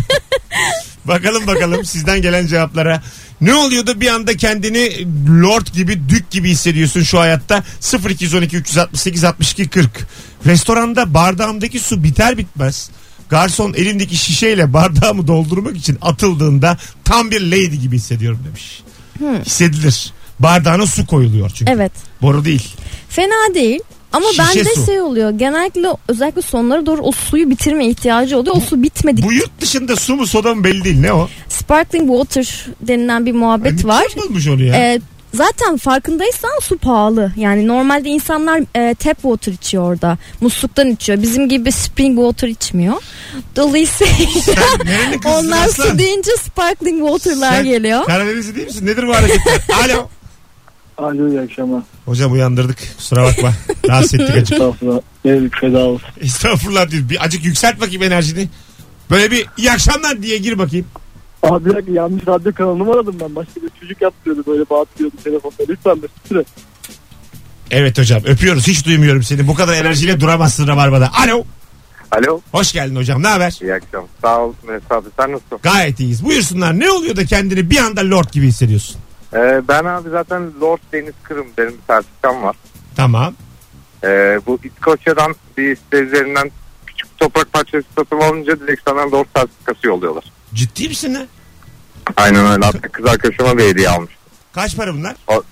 Bakalım bakalım sizden gelen cevaplara. Ne oluyor da bir anda kendini lord gibi, dük gibi hissediyorsun şu hayatta? sıfır iki on iki üç altı sekiz altmış iki kırk. Restoranda bardağımdaki su biter bitmez garson elindeki şişeyle bardağımı doldurmak için atıldığında tam bir lady gibi hissediyorum demiş. Hmm. Hissedilir. Bardağına su koyuluyor çünkü. Evet. Boru değil. Fena değil. Ama Şişe bende su. şey oluyor. Genellikle özellikle sonlara doğru o suyu bitirme ihtiyacı oluyor. O su bitmedi. Bu yurt dışında su mu soda mı belli değil. Ne o? Sparkling water denilen bir muhabbet Ay, var. kim bulmuş onu ya? Ee, zaten farkındaysan su pahalı. Yani normalde insanlar e, tap water içiyor orada. Musluktan içiyor. Bizim gibi spring water içmiyor. Dolayısıyla Sen nerenin kızısın onlar aslan? su deyince sparkling water'lar Sen geliyor. Karadenizli değil misin? Nedir bu hareketler? Alo. Alo iyi akşamlar. Hocam uyandırdık. Kusura bakma. Rahatsız ettik acık. Estağfurullah. Evlilik feda olsun. Estağfurullah diyor. Bir acık yükselt bakayım enerjini. Böyle bir iyi akşamlar diye gir bakayım. Abi bir dakika yanlış radyo kanalını mı aradım ben? Başka bir çocuk yaptırıyordu böyle bağırıyordu telefonda. Lütfen bir süre. Evet hocam öpüyoruz. Hiç duymuyorum seni. Bu kadar enerjiyle duramazsın Rabarba'da. Alo. Alo. Hoş geldin hocam. Ne haber? İyi akşam. Sağ ol Mesut abi. Sen nasılsın? Gayet iyiyiz. Buyursunlar. Ne oluyor da kendini bir anda lord gibi hissediyorsun? Ee, ben abi zaten Lord Deniz Kırım benim bir sertifikam var. Tamam. Ee, bu İskoçya'dan bir site üzerinden küçük toprak parçası satın alınca direkt sana Lord sertifikası yolluyorlar. Ciddi misin lan? Aynen öyle. Hatta kız arkadaşıma bir hediye almış. Kaç para bunlar?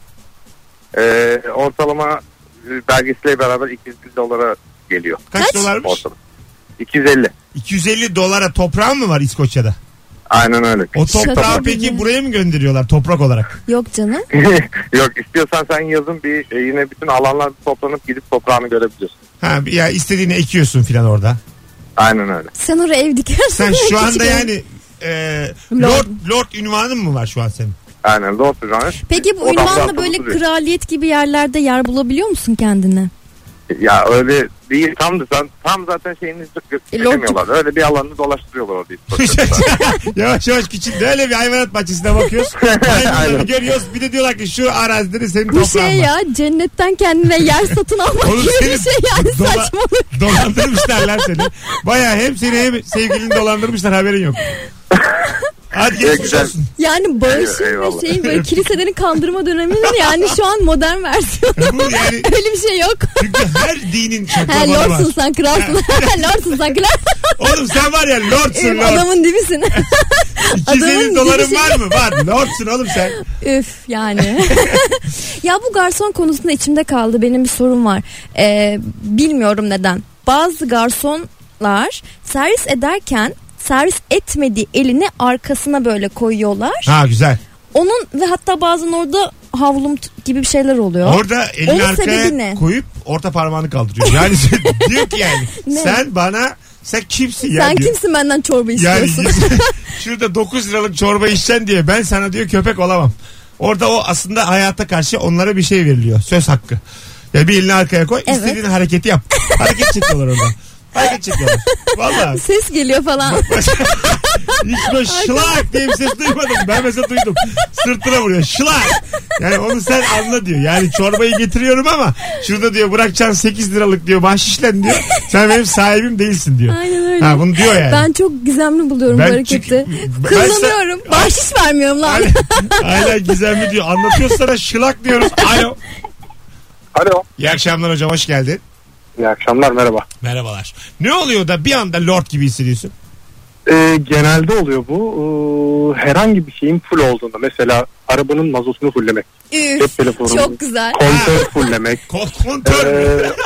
Ee, ortalama e, belgesiyle beraber iki yüz dolara geliyor. Kaç, Kaç? dolarmış? Ortalama. iki yüz elli. iki yüz elli dolara toprağın mı var İskoçya'da? Aynen öyle. O toprağı Şaka peki gibi. buraya mı gönderiyorlar toprak olarak? Yok canım. Yok istiyorsan sen yazın bir e, yine bütün alanlar toplanıp gidip toprağını görebiliyorsun. Ha ya istediğini ekiyorsun filan orada. Aynen öyle. Sen oraya ev dikersin. Sen şu anda Küçük ev. yani e, Lord. Lord Lord ünvanın mı var şu an senin? Aynen Lord Ünvanı. Peki bu Odamda ünvanla aklımda böyle duruyor. kraliyet gibi yerlerde yer bulabiliyor musun kendine? Ya öyle değil tam da sen tam zaten şeyini göremiyorlar. Öyle bir alanını dolaştırıyorlar orada. Yavaş yavaş küçülde öyle bir hayvanat bahçesine bakıyoruz. Hayvanları Aynen. görüyoruz. Bir de diyorlar ki şu arazide senin Bu toprağın şey var. ya, cennetten kendine yer satın almak Oğlum gibi seni bir şey yani, dola- saçmalık. Dolandırmışlar lan seni. Baya hem seni hem sevgilini dolandırmışlar, haberin yok. Hadi geçmiş güzel. olsun. Yani bağışın ve Eyvallah. şeyin böyle kiliselerin kandırma döneminin yani şu an modern versiyonu. Bu yani Öyle bir şey yok. çünkü her dinin Ha, şaklabanı var. lordsun sen, kralsın. Lordsun sen, kral. Oğlum sen var ya lordsun lord. Adamın dibisin. iki yüz elli adamın doların dibi- var mı? Var. Lordsun oğlum sen. Üf yani. Ya bu garson konusunda içimde kaldı. Benim bir sorum var. Ee, bilmiyorum neden. Bazı garsonlar servis ederken servis etmediği elini arkasına böyle koyuyorlar. Ha güzel. Onun ve hatta bazen orada havlum t- gibi bir şeyler oluyor. Orada elini Onun arkaya sebebi ne? koyup orta parmağını kaldırıyor. Yani diyor ki yani Ne? sen bana sen kimsin ya Sen diyor. kimsin benden çorba Yani istiyorsun? şurada dokuz liralık çorba içeceksin diye ben sana diyor köpek olamam. Orada o aslında hayata karşı onlara bir şey veriliyor. Söz hakkı. Ya bir elini arkaya koy, Evet. istediğin hareketi yap. Hareket çekiyorlar orada. Hareket çekiyorlar. Valla. Ses geliyor falan. Hiç böyle şılak diye bir ses duymadım. Ben mesela duydum. Sırtına vuruyor. Şılak. Yani onu sen anla diyor. Yani çorbayı getiriyorum ama şurada diyor bırakacaksın sekiz liralık diyor bahşişlen diyor. Sen benim sahibim değilsin diyor. Aynen öyle. Ha, bunu diyor yani. Ben çok gizemli buluyorum Ben bu hareketi. çünkü- ben Kıllanıyorum. sen- Bahşiş vermiyorum lan. Hala, hala gizemli diyor. Anlatıyoruz sana şılak diyoruz. Alo. Alo. İyi akşamlar hocam, hoş geldin. İyi akşamlar, merhaba. Merhabalar. Ne oluyor da bir anda lord gibi hissediyorsun? Ee, genelde oluyor bu. Ee, herhangi bir şeyin full olduğunda. Mesela arabanın mazotunu fulllemek. Üf, Cep telefonu. çok güzel. Kontör fulllemek. Ko- Kontör mü? Ee,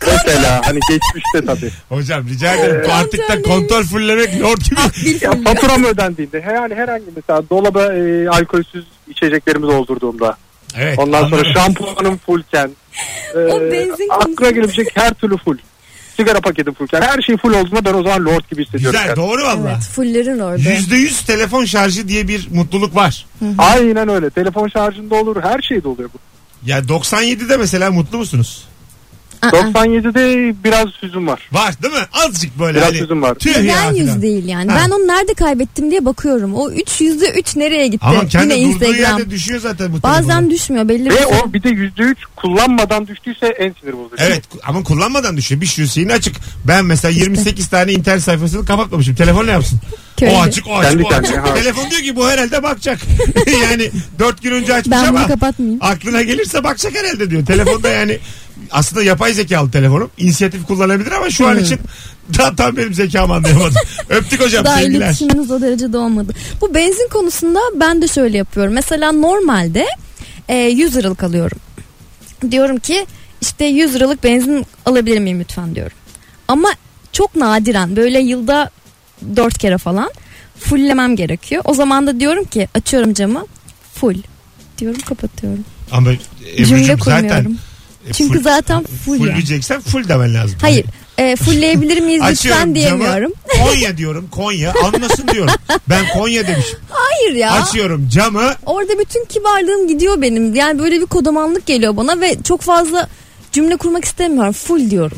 Mesela hani geçmişte tabii. Hocam rica ederim. Artık da kontör fullemek lord gibi. Ya faturam ödendiğinde yani herhangi mesela dolaba e, alkolsüz içeceklerimi doldurduğumda. Evet. Ondan anladım. sonra şampuanım fullken. E, O benzin aklına gelebilecek her türlü full. Sigara paketi fullken her şey full olduğunda ben o zaman lord gibi hissediyorum. Güzel, kendimi. doğru valla. Evet, fullerin orada. yüzde yüz telefon şarjı diye bir mutluluk var. Aynen öyle. Telefon şarjında olur. Her şeyde oluyor bu. Ya doksan yedide mesela mutlu musunuz? Aa, doksan yedide biraz hüzün var. Var değil mi? Azıcık böyle. Biraz hani, hüzün var. Tüh ya neden yüz falan. değil yani? Ha. Ben onu nerede kaybettim diye bakıyorum. O üç yüzde üç nereye gitti? Ama kendi Yine durduğu Instagram. yerde düşüyor zaten bu Bazen telefonu. düşmüyor belli bir Ve şey. o bir de yüzde üç kullanmadan düştüyse en sinir bozucu. Evet ama kullanmadan düşüyor. Bir sürü şeyin açık. Ben mesela yirmi sekiz tane internet sayfasını kapatmamışım. Telefon ne yapsın? Köylü. O açık, o açık, Kendi o açık. kendine, ha. Telefon diyor ki bu herhalde bakacak. Yani dört gün önce açmış Ben ama bunu kapatmayayım. aklına gelirse bakacak herhalde diyor. Telefonda yani aslında yapay zekalı telefonum. İnisiyatif kullanabilir ama şu an için daha tam benim zekamı anlayamadım. Öptük hocam, Daha sevgiler. iletişiminiz o derecede olmadı. Bu benzin konusunda ben de şöyle yapıyorum. Mesela normalde e, yüz liralık alıyorum. Diyorum ki işte yüz liralık benzin alabilir miyim lütfen diyorum. Ama çok nadiren böyle yılda dört kere falan fulllemem gerekiyor. O zaman da diyorum ki açıyorum camı full diyorum, kapatıyorum. Ama Cümle Ebru'cum zaten kurmuyorum. e, Çünkü full- zaten full full yani. diyeceksen full demen lazım. Hayır. E, fullleyebilir miyiz Açıyorum lütfen diyemiyorum. camı, Konya diyorum, Konya anlasın diyorum. Ben Konya demişim. Hayır ya. Açıyorum camı. Orada bütün kibarlığım gidiyor benim. Yani böyle bir kodamanlık geliyor bana ve çok fazla cümle kurmak istemiyorum. Full diyorum.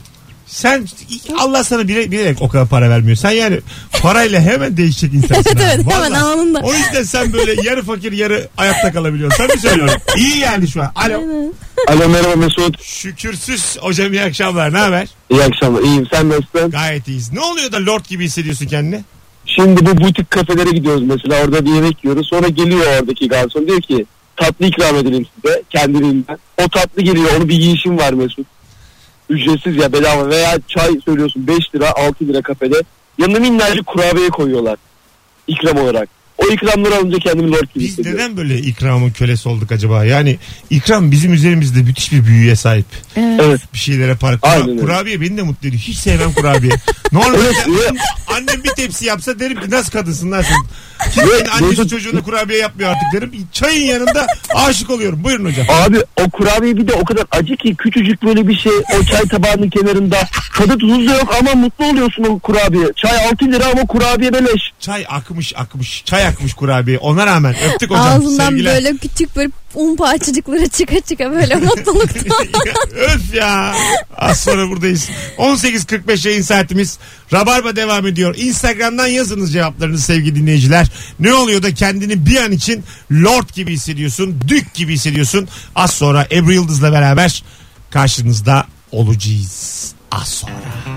Sen Allah sana bile, bilerek o kadar para vermiyor. Sen yani parayla hemen değişecek insansın. Evet, ha. evet, hemen Vallahi. anında. O yüzden sen böyle yarı fakir yarı ayakta kalabiliyorsun. Sen mi söylüyorsun? İyi yani şu an. Alo. Alo merhaba Mesut. Şükürsüz hocam, iyi akşamlar. Ne haber? İyi akşamlar. İyiyim, sen nasılsın? Gayet iyiyiz. Ne oluyor da lord gibi hissediyorsun kendini? Şimdi bu butik kafelere gidiyoruz mesela, orada bir yemek yiyoruz. Sonra geliyor oradaki garson diyor ki tatlı ikram edelim size kendiliğinden. O tatlı geliyor, onu bir yiyişim var Mesut. Ücretsiz ya, bedava. Veya çay söylüyorsun beş lira altı lira kafede. Yanına minnacık kurabiye koyuyorlar ikram olarak. O ikramları alınca kendimi lord gibi Biz hissediyorum. neden böyle ikramın kölesi olduk acaba? Yani ikram bizim üzerimizde müthiş bir büyüye sahip. Evet. Bir şeylere para. Kura- Aynen öyle. kurabiye beni de mutlu ediyor. Hiç sevmem kurabiye. Normalde Evet, annem bir tepsi yapsa derim ki nasıl kadınsın lan sen? Kimsenin annesi çocuğuna kurabiye yapmıyor artık derim. Çayın yanında aşık oluyorum. Buyurun hocam. Abi o kurabiye bir de o kadar acı ki, küçücük böyle bir şey o çay tabağının kenarında. Tadı tuzu da yok ama mutlu oluyorsun o kurabiye. Çay altı lira ama kurabiye beleş. Çay akmış akmış. Çay akmış kurabiye. Ona rağmen öptük hocam. Ağzından Sevgiler. böyle küçük böyle un parçacıkları çıka çıka böyle mutluluktan. Öf ya. Az sonra buradayız. on sekiz kırk beş yayın saatimiz. Rabarba devam ediyor. Instagram'dan yazınız cevaplarınızı sevgili dinleyiciler. Ne oluyor da kendini bir an için lord gibi hissediyorsun, dük gibi hissediyorsun? Az sonra Ebru Yıldız'la beraber karşınızda olacağız. Az sonra.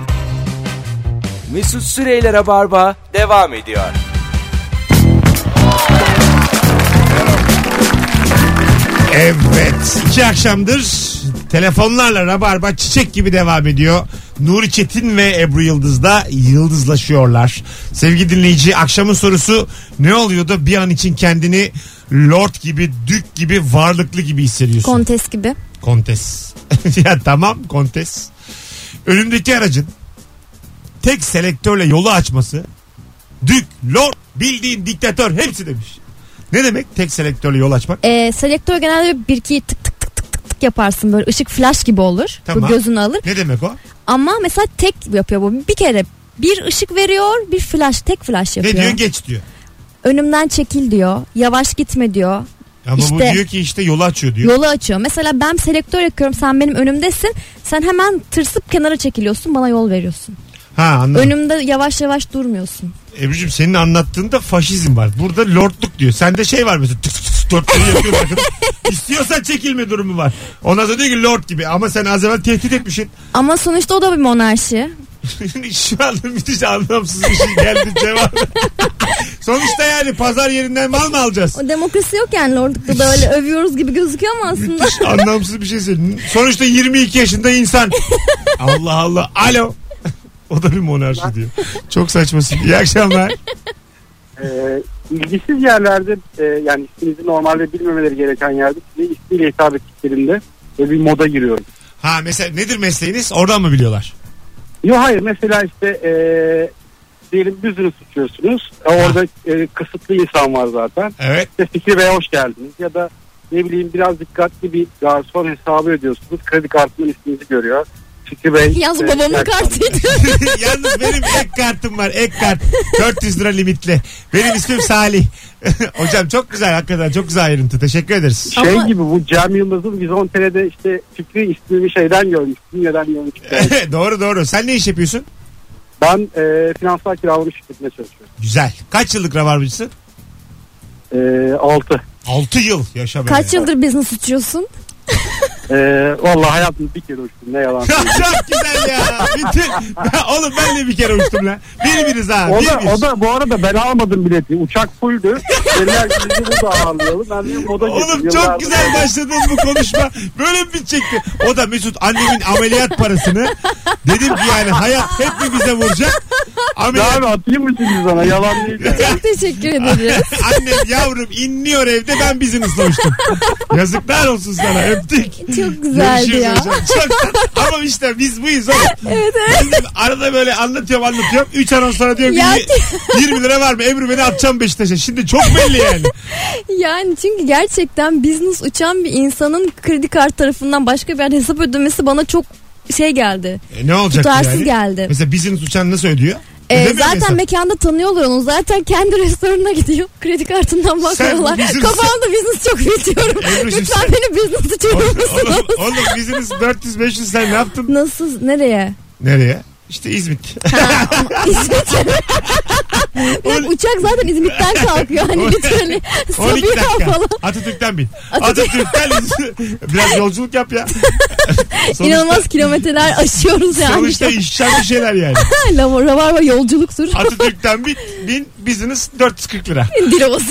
Mesut Süreyler'e barba devam ediyor. Evet, iki akşamdır telefonlarla Rabarba çiçek gibi devam ediyor. Nuri Çetin ve Ebru Yıldız'da yıldızlaşıyorlar. Sevgili dinleyici, akşamın sorusu ne oluyor da bir an için kendini lord gibi, dük gibi, varlıklı gibi hissediyorsun? Kontes gibi. Kontes. Ya tamam, kontes. Önündeki aracın tek selektörle yolu açması, dük, lord, bildiğin diktatör hepsi demiş. Ne demek tek selektörle yol açmak? Ee, selektör genelde bir iki tık tık tık tık tık tık yaparsın, böyle ışık flash gibi olur. Tamam. Bu gözünü alır. Ne demek o? Ama mesela tek yapıyor bu. Bir kere bir ışık veriyor, bir flash, tek flash yapıyor. Ne diyor? Geç diyor. Önümden çekil diyor. Yavaş gitme diyor. Ama bu İşte- diyor ki işte yolu açıyor diyor. Yolu açıyor. Mesela ben selektör yakıyorum, sen benim önümdesin. Sen hemen tırsıp kenara çekiliyorsun, bana yol veriyorsun. Ha, anladım. Önümde yavaş yavaş durmuyorsun. Ebru'cum, senin anlattığında faşizm var. Burada lordluk diyor. Sende şey var mesela, tık tık tık lordları yapıyor arkadaş. İstiyorsan çekilme durumu var. Ona da diyor ki lord gibi, ama sen az evvel tehdit etmişsin. Ama sonuçta o da bir monarşi. Şu anda müthiş anlamsız bir şey geldi cevap. Sonuçta yani pazar yerinden mal mı alacağız? O demokrasi yok yani lordlukta da öyle övüyoruz gibi gözüküyor ama aslında. Müthiş anlamsız bir şey söyledi. Sonuçta yirmi iki yaşında insan. Allah Allah. Alo. O da bir monarşi diyor. Çok saçmasın. İyi akşamlar. Ee, ilgisiz yerlerde e, yani isminizi normalde bilmemeleri gereken yerde size ismiyle hitap ettiklerinde ve bir moda giriyorum. Ha mesela nedir mesleğiniz? Oradan mı biliyorlar? Yok hayır mesela işte e, diyelim business tutuyorsunuz. Orada e, kısıtlı insan var zaten. Evet. İşte Fikri Bey hoş geldiniz. Ya da ne bileyim biraz dikkatli bir garson hesabı ödüyorsunuz. Kredi kartının isminizi görüyor. Fikri Bey. Yalnız babamın kartıydı. Yalnız benim ek kartım var. Ek kart. dört yüz lira limitli. Benim ismim Salih. Hocam çok güzel hakikaten. Çok güzel ayrıntı. Teşekkür ederiz. Şey Ama... gibi bu Cem Yılmaz'ın Vizontere'de işte Fikri ismini şeyden görmüştüm. Neden görmüştüm. Doğru doğru. Sen ne iş yapıyorsun? Ben e, finansal kiralama şirketine çalışıyorum. Güzel. Kaç yıllık rabarbacısın? E, altı. altı yıl. Yaşa be. Kaç yıldır business uçuyorsun? Ee, vallahi hayatımda bir kere uçtum ne yalan söyleyeyim. Çok güzel ya. Bütün... Oğlum ben de bir kere uçtum lan. Bir biriz ha. O bir da, bir. o da bu arada ben almadım bileti. Uçak fulldü. Dediler ki bizi burada ağırlayalım. Ben de moda Oğlum geçtim. çok Yıllardır. güzel başladın bu konuşma. Böyle mi bitecekti? O da Mesut annemin ameliyat parasını dedim ki yani hayat hep mi bize vuracak? Ameliyat... Ya abi atayım mı şimdi sana? Yalan değil. Çok teşekkür ederiz. Annem yavrum inliyor evde ben business'la uçtum. Yazıklar olsun sana öptük. Çok güzeldi Görüşürüz ya. hocam. Çok ama işte biz buyuz oğlum. Evet evet. Ben de arada böyle anlatıyorum anlatıyorum. üç anons sonra diyorum Ya- ki yirmi lira var mı? Ebru beni atacağım Beşiktaş'a. Şimdi çok belli yani. Yani çünkü gerçekten business uçan bir insanın kredi kart tarafından başka bir yerde hesap ödemesi bana çok şey geldi. E ne olacak Tutarsız yani? geldi. Mesela business uçan nasıl ödüyor? Ee, Ödemiyor zaten hesap. mekanda tanıyorlar onu. Zaten kendi restoranına gidiyor. Kredi kartından bakıyorlar. business- Kafamda business çok bitiyorum. Ebru'cum Lütfen sen- beni business uçurur Oğlum, musunuz? oğlum, oğlum business dört yüz beş yüz sen ne yaptın? Nasıl? Nereye? Nereye? İşte İzmit. Ha, İzmit. Yok, uçak zaten İzmit'ten kalkıyor. Hani literally on iki Sabiha dakika. falan. Atatürk'ten bin. Atatürk- Atatürk'ten biraz yolculuk yap ya. Sonuçta, İnanılmaz kilometreler aşıyoruz yani. sonuçta işler bir şeyler yani. Lava ravarva yolculuktur. Atatürk'ten bin, bin business dört yüz kırk lira. Dilovası.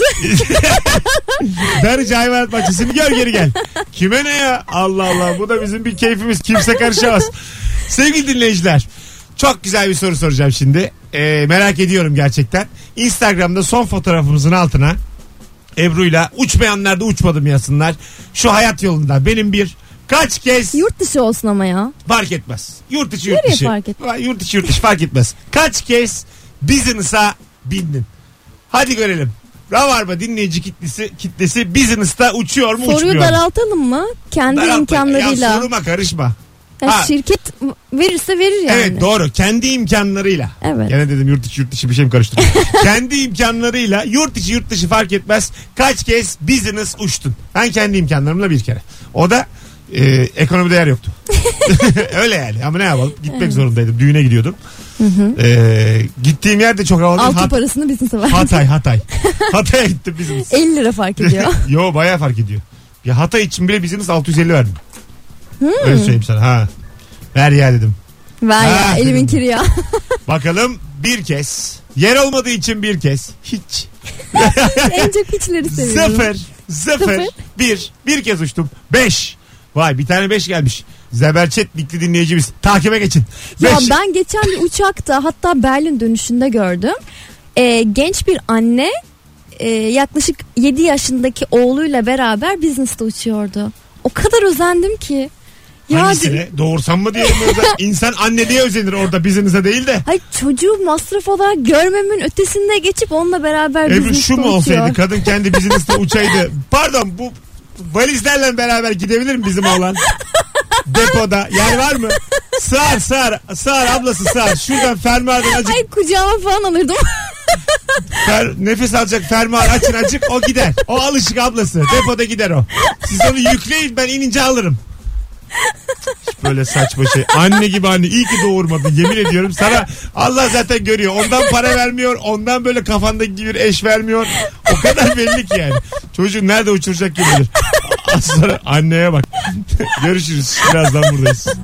Darıca Hayvanat Bahçesi'ni gör geri gel. Kime ne ya? Allah Allah bu da bizim bir keyfimiz. Kimse karışamaz. Sevgili dinleyiciler. Çok güzel bir soru soracağım şimdi. Ee, merak ediyorum gerçekten. Instagram'da son fotoğrafımızın altına Ebru'yla uçmayanlar da uçmadım yazsınlar. Şu hayat yolunda benim bir kaç kez Yurt dışı olsun ama ya. fark etmez. Yurt içi yurt Nereye dışı. fark etmez? Yurt içi yurt dışı fark etmez. Kaç kez business'a bindin? Hadi görelim. Ravarba dinleyici kitlesi, kitlesi business'ta uçuyor mu Soruyu uçmuyor mu? daraltalım mı? Kendi Daraltma. imkanlarıyla. Ya soruma karışma. Ya Ha. şirket verirse verir yani. Evet doğru. Kendi imkanlarıyla. Evet. Gene dedim yurt içi yurt dışı bir şey mi karıştırdım? Kendi imkanlarıyla yurt içi yurt dışı fark etmez. Kaç kez business uçtun? Ben kendi imkanlarımla bir kere. O da e, ekonomide yer yoktu. Öyle yani. Ama ne yapalım? Gitmek Evet. zorundaydım. Düğüne gidiyordum. Hı hı. E, gittiğim yer de çok havalı. Altı Hat- parasını business'a ver. Hatay Hatay. Hatay'a gittim business. elli lira fark ediyor. Yo bayağı fark ediyor. Ya Hatay için bile business altı yüz elli verdim. Öyle söyleyeyim sana. Ha. Ver ya dedim. Ver Ha, ya elimin dedim. kiri ya. Bakalım bir kez. Yer olmadığı için bir kez. Hiç. En çok hiçleri seviyorum. Sıfır. Sıfır. Sıfır. Bir. Bir kez uçtum. Beş. Vay bir tane beş gelmiş. Zeberçet Dikli dinleyicimiz. Takibe geçin. Ya Beş. ben geçen bir uçakta hatta Berlin dönüşünde gördüm. Ee, genç bir anne e, yaklaşık yedi yaşındaki oğluyla beraber business'ta uçuyordu. O kadar özendim ki. Ya Hangisine? Doğursam mı diyelim özel? İnsan anneliğe özenir orada business'a değil de. Ay çocuğu masraf olarak görmemin ötesinde geçip onunla beraber Ebru business'ta şu mu uçuyor. olsaydı kadın kendi business'ta uçaydı. Pardon bu valizlerle beraber gidebilir mi bizim oğlan? Depoda yer var mı? Sığar sığar sığar ablası sığar. Şuradan fermuardan acık Ay kucağıma falan alırdım. fer, nefes alacak fermuar açın açık o gider. O alışık ablası. Depoda gider o. Siz onu yükleyin ben inince alırım. Hiç böyle saçma şey. Anne gibi anne. İyi ki doğurmadın. Yemin ediyorum sana Allah zaten görüyor. Ondan para vermiyor. Ondan böyle kafandaki gibi bir eş vermiyor. O kadar belli ki yani. Çocuğu nerede uçuracak kim bilir. Az sonra anneye bak. Görüşürüz. Birazdan buradayız.